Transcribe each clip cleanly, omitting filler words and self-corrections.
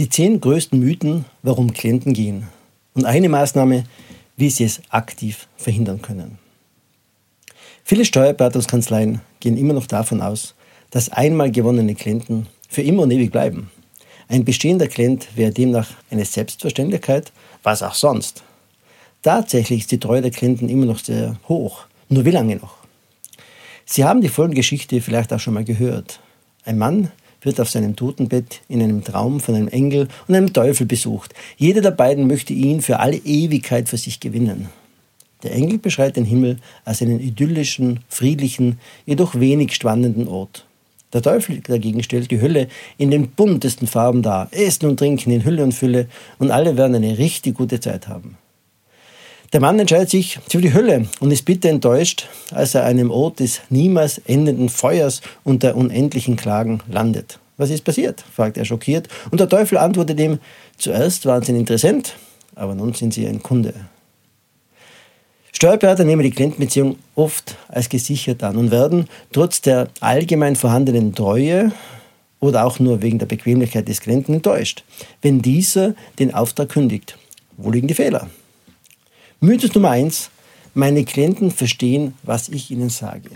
Die 10 größten Mythen, warum Klienten gehen. Und eine Maßnahme, wie sie es aktiv verhindern können. Viele Steuerberatungskanzleien gehen immer noch davon aus, dass einmal gewonnene Klienten für immer und ewig bleiben. Ein bestehender Klient wäre demnach eine Selbstverständlichkeit, was auch sonst. Tatsächlich ist die Treue der Klienten immer noch sehr hoch. Nur wie lange noch? Sie haben die folgende Geschichte vielleicht auch schon mal gehört. Ein Mann wird auf seinem Totenbett in einem Traum von einem Engel und einem Teufel besucht. Jeder der beiden möchte ihn für alle Ewigkeit für sich gewinnen. Der Engel beschreibt den Himmel als einen idyllischen, friedlichen, jedoch wenig spannenden Ort. Der Teufel dagegen stellt die Hölle in den buntesten Farben dar. Essen und Trinken in Hülle und Fülle und alle werden eine richtig gute Zeit haben. Der Mann entscheidet sich für die Hölle und ist bitter enttäuscht, als er an einem Ort des niemals endenden Feuers und der unendlichen Klagen landet. Was ist passiert? Fragt er schockiert. Und der Teufel antwortet ihm, zuerst waren Sie ein Interessent, aber nun sind Sie ein Kunde. Steuerberater nehmen die Klientenbeziehung oft als gesichert an und werden trotz der allgemein vorhandenen Treue oder auch nur wegen der Bequemlichkeit des Klienten enttäuscht, wenn dieser den Auftrag kündigt. Wo liegen die Fehler? Mythos Nummer 1. Meine Klienten verstehen, was ich ihnen sage.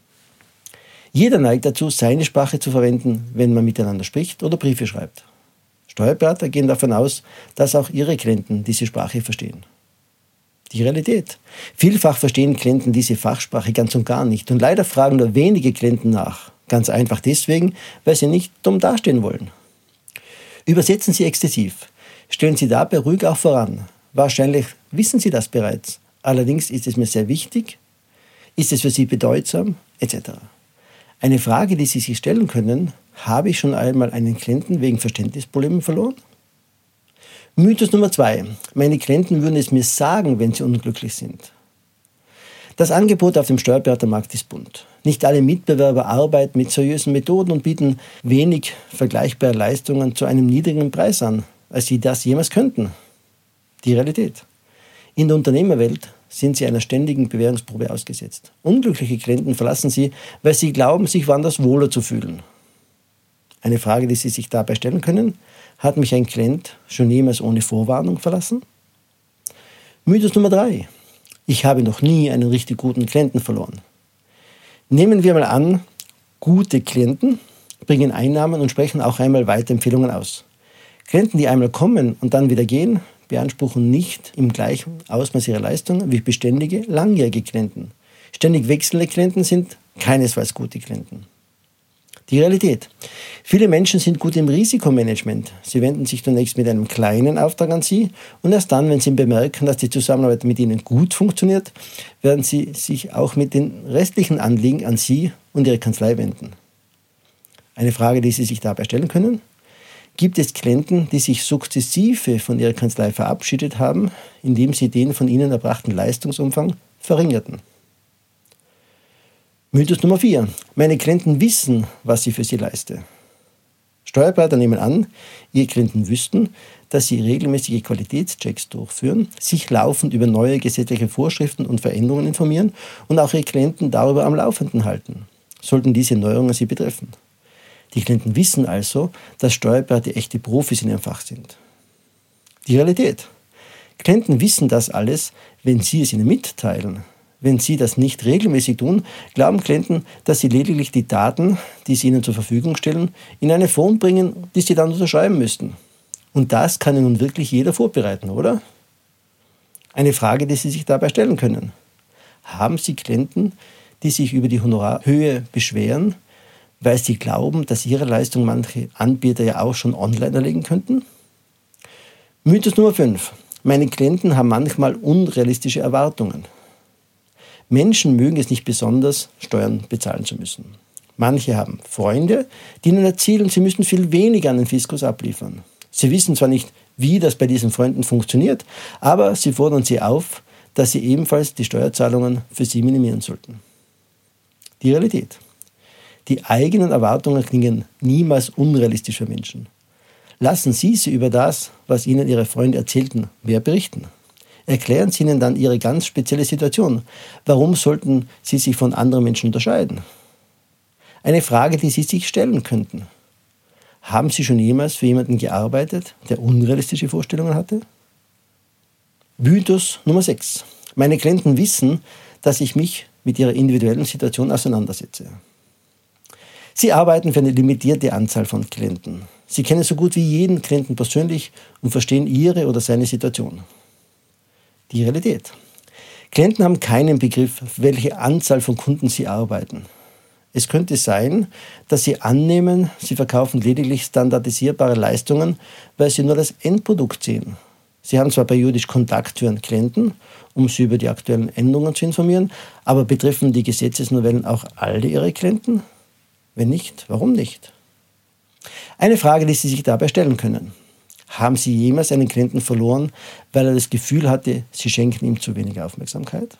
Jeder neigt dazu, seine Sprache zu verwenden, wenn man miteinander spricht oder Briefe schreibt. Steuerberater gehen davon aus, dass auch ihre Klienten diese Sprache verstehen. Die Realität. Vielfach verstehen Klienten diese Fachsprache ganz und gar nicht und leider fragen nur wenige Klienten nach. Ganz einfach deswegen, weil sie nicht dumm dastehen wollen. Übersetzen Sie exzessiv. Stellen Sie dabei ruhig auch voran. Wahrscheinlich wissen Sie das bereits. Allerdings ist es mir sehr wichtig, ist es für Sie bedeutsam, etc. Eine Frage, die Sie sich stellen können, habe ich schon einmal einen Klienten wegen Verständnisproblemen verloren? Mythos Nummer 2. Meine Klienten würden es mir sagen, wenn sie unglücklich sind. Das Angebot auf dem Steuerberatermarkt ist bunt. Nicht alle Mitbewerber arbeiten mit seriösen Methoden und bieten wenig vergleichbare Leistungen zu einem niedrigen Preis an, als sie das jemals könnten. Die Realität. In der Unternehmerwelt sind sie einer ständigen Bewährungsprobe ausgesetzt. Unglückliche Klienten verlassen sie, weil sie glauben, sich woanders wohler zu fühlen. Eine Frage, die Sie sich dabei stellen können: Hat mich ein Klient schon jemals ohne Vorwarnung verlassen? Mythos Nummer 3. Ich habe noch nie einen richtig guten Klienten verloren. Nehmen wir mal an, gute Klienten bringen Einnahmen und sprechen auch einmal Weiterempfehlungen aus. Klienten, die einmal kommen und dann wieder gehen, beanspruchen nicht im gleichen Ausmaß ihre Leistungen wie beständige, langjährige Klienten. Ständig wechselnde Klienten sind keinesfalls gute Klienten. Die Realität. Viele Menschen sind gut im Risikomanagement. Sie wenden sich zunächst mit einem kleinen Auftrag an Sie und erst dann, wenn Sie bemerken, dass die Zusammenarbeit mit Ihnen gut funktioniert, werden Sie sich auch mit den restlichen Anliegen an Sie und Ihre Kanzlei wenden. Eine Frage, die Sie sich dabei stellen können: Gibt es Klienten, die sich sukzessive von Ihrer Kanzlei verabschiedet haben, indem Sie den von Ihnen erbrachten Leistungsumfang verringerten? Mythos Nummer 4. Meine Klienten wissen, was ich für sie leiste. Steuerberater nehmen an, ihre Klienten wüssten, dass sie regelmäßige Qualitätschecks durchführen, sich laufend über neue gesetzliche Vorschriften und Veränderungen informieren und auch ihre Klienten darüber am Laufenden halten, sollten diese Neuerungen sie betreffen. Die Klienten wissen also, dass Steuerberater echte Profis in ihrem Fach sind. Die Realität. Klienten wissen das alles, wenn Sie es ihnen mitteilen. Wenn Sie das nicht regelmäßig tun, glauben Klienten, dass Sie lediglich die Daten, die Sie ihnen zur Verfügung stellen, in eine Form bringen, die Sie dann unterschreiben müssten. Und das kann Ihnen nun wirklich jeder vorbereiten, oder? Eine Frage, die Sie sich dabei stellen können: Haben Sie Klienten, die sich über die Honorarhöhe beschweren, weil sie glauben, dass ihre Leistung manche Anbieter ja auch schon online erlegen könnten? Mythos Nummer 5. Meine Klienten haben manchmal unrealistische Erwartungen. Menschen mögen es nicht besonders, Steuern bezahlen zu müssen. Manche haben Freunde, die ihnen erzählen, sie müssen viel weniger an den Fiskus abliefern. Sie wissen zwar nicht, wie das bei diesen Freunden funktioniert, aber sie fordern sie auf, dass sie ebenfalls die Steuerzahlungen für sie minimieren sollten. Die Realität. Die eigenen Erwartungen klingen niemals unrealistisch für Menschen. Lassen Sie sie über das, was Ihnen Ihre Freunde erzählten, mehr berichten. Erklären Sie ihnen dann Ihre ganz spezielle Situation. Warum sollten Sie sich von anderen Menschen unterscheiden? Eine Frage, die Sie sich stellen könnten: Haben Sie schon jemals für jemanden gearbeitet, der unrealistische Vorstellungen hatte? Mythos Nummer 6. Meine Klienten wissen, dass ich mich mit ihrer individuellen Situation auseinandersetze. Sie arbeiten für eine limitierte Anzahl von Klienten. Sie kennen so gut wie jeden Klienten persönlich und verstehen ihre oder seine Situation. Die Realität. Klienten haben keinen Begriff, für welche Anzahl von Kunden sie arbeiten. Es könnte sein, dass sie annehmen, sie verkaufen lediglich standardisierbare Leistungen, weil sie nur das Endprodukt sehen. Sie haben zwar periodisch Kontakt zu ihren Klienten, um sie über die aktuellen Änderungen zu informieren, aber betreffen die Gesetzesnovellen auch alle ihre Klienten? Wenn nicht, warum nicht? Eine Frage, die Sie sich dabei stellen können. Haben Sie jemals einen Klienten verloren, weil er das Gefühl hatte, Sie schenken ihm zu wenig Aufmerksamkeit?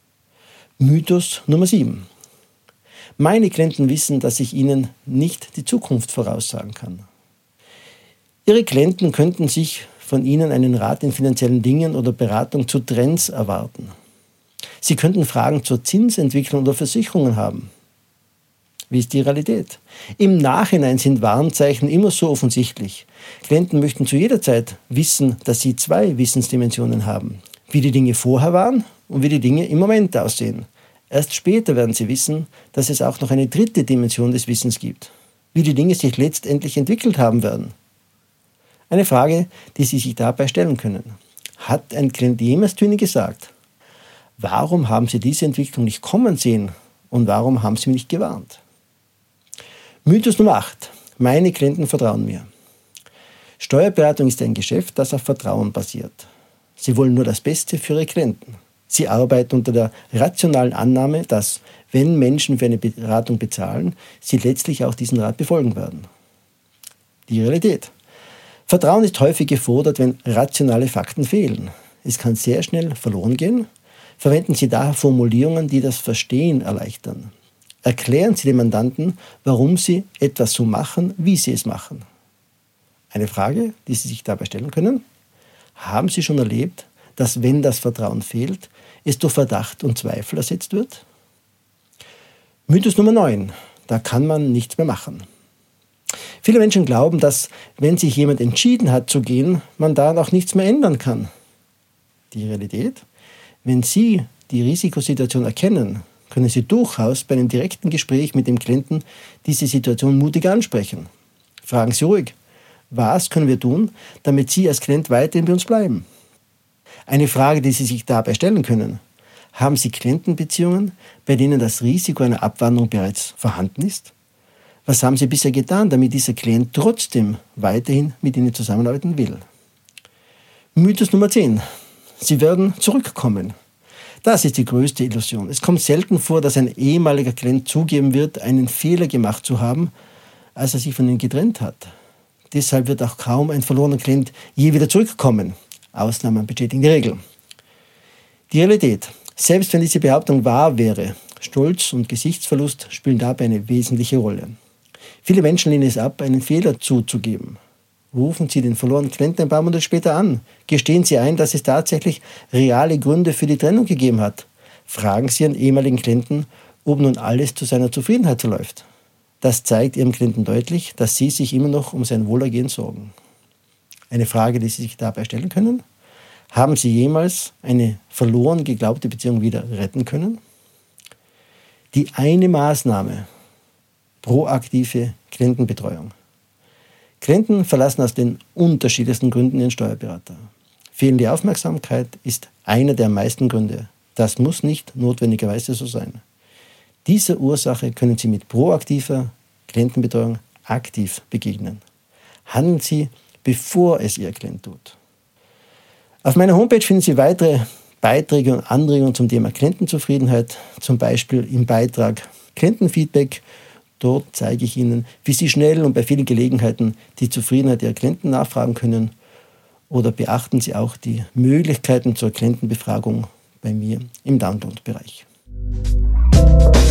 Mythos Nummer 7. Meine Klienten wissen, dass ich ihnen nicht die Zukunft voraussagen kann. Ihre Klienten könnten sich von Ihnen einen Rat in finanziellen Dingen oder Beratung zu Trends erwarten. Sie könnten Fragen zur Zinsentwicklung oder Versicherungen haben. Wie ist die Realität? Im Nachhinein sind Warnzeichen immer so offensichtlich. Klienten möchten zu jeder Zeit wissen, dass sie 2 Wissensdimensionen haben. Wie die Dinge vorher waren und wie die Dinge im Moment aussehen. Erst später werden sie wissen, dass es auch noch eine 3. Dimension des Wissens gibt. Wie die Dinge sich letztendlich entwickelt haben werden. Eine Frage, die Sie sich dabei stellen können. Hat ein Klient jemals zu Ihnen gesagt, warum haben Sie diese Entwicklung nicht kommen sehen und warum haben Sie mich nicht gewarnt? Mythos Nummer 8. Meine Klienten vertrauen mir. Steuerberatung ist ein Geschäft, das auf Vertrauen basiert. Sie wollen nur das Beste für Ihre Klienten. Sie arbeiten unter der rationalen Annahme, dass, wenn Menschen für eine Beratung bezahlen, sie letztlich auch diesen Rat befolgen werden. Die Realität. Vertrauen ist häufig gefordert, wenn rationale Fakten fehlen. Es kann sehr schnell verloren gehen. Verwenden Sie daher Formulierungen, die das Verstehen erleichtern. Erklären Sie dem Mandanten, warum Sie etwas so machen, wie Sie es machen. Eine Frage, die Sie sich dabei stellen können. Haben Sie schon erlebt, dass, wenn das Vertrauen fehlt, es durch Verdacht und Zweifel ersetzt wird? Mythos Nummer 9. Da kann man nichts mehr machen. Viele Menschen glauben, dass, wenn sich jemand entschieden hat zu gehen, man daran auch nichts mehr ändern kann. Die Realität? Wenn Sie die Risikosituation erkennen, können Sie durchaus bei einem direkten Gespräch mit dem Klienten diese Situation mutig ansprechen. Fragen Sie ruhig, was können wir tun, damit Sie als Klient weiterhin bei uns bleiben? Eine Frage, die Sie sich dabei stellen können. Haben Sie Klientenbeziehungen, bei denen das Risiko einer Abwanderung bereits vorhanden ist? Was haben Sie bisher getan, damit dieser Klient trotzdem weiterhin mit Ihnen zusammenarbeiten will? Mythos Nummer 10. Sie werden zurückkommen. Das ist die größte Illusion. Es kommt selten vor, dass ein ehemaliger Klient zugeben wird, einen Fehler gemacht zu haben, als er sich von Ihnen getrennt hat. Deshalb wird auch kaum ein verlorener Klient je wieder zurückkommen. Ausnahmen bestätigen die Regel. Die Realität. Selbst wenn diese Behauptung wahr wäre, Stolz und Gesichtsverlust spielen dabei eine wesentliche Rolle. Viele Menschen lehnen es ab, einen Fehler zuzugeben. Rufen Sie den verlorenen Klienten ein paar Monate später an. Gestehen Sie ein, dass es tatsächlich reale Gründe für die Trennung gegeben hat. Fragen Sie Ihren ehemaligen Klienten, ob nun alles zu seiner Zufriedenheit verläuft. Das zeigt Ihrem Klienten deutlich, dass Sie sich immer noch um sein Wohlergehen sorgen. Eine Frage, die Sie sich dabei stellen können. Haben Sie jemals eine verloren geglaubte Beziehung wieder retten können? Die eine Maßnahme. Proaktive Klientenbetreuung. Klienten verlassen aus den unterschiedlichsten Gründen ihren Steuerberater. Fehlende Aufmerksamkeit ist einer der meisten Gründe. Das muss nicht notwendigerweise so sein. Dieser Ursache können Sie mit proaktiver Klientenbetreuung aktiv begegnen. Handeln Sie, bevor es Ihr Klient tut. Auf meiner Homepage finden Sie weitere Beiträge und Anregungen zum Thema Klientenzufriedenheit, zum Beispiel im Beitrag Klientenfeedback. Dort zeige ich Ihnen, wie Sie schnell und bei vielen Gelegenheiten die Zufriedenheit Ihrer Klienten nachfragen können. Oder beachten Sie auch die Möglichkeiten zur Klientenbefragung bei mir im Download-Bereich.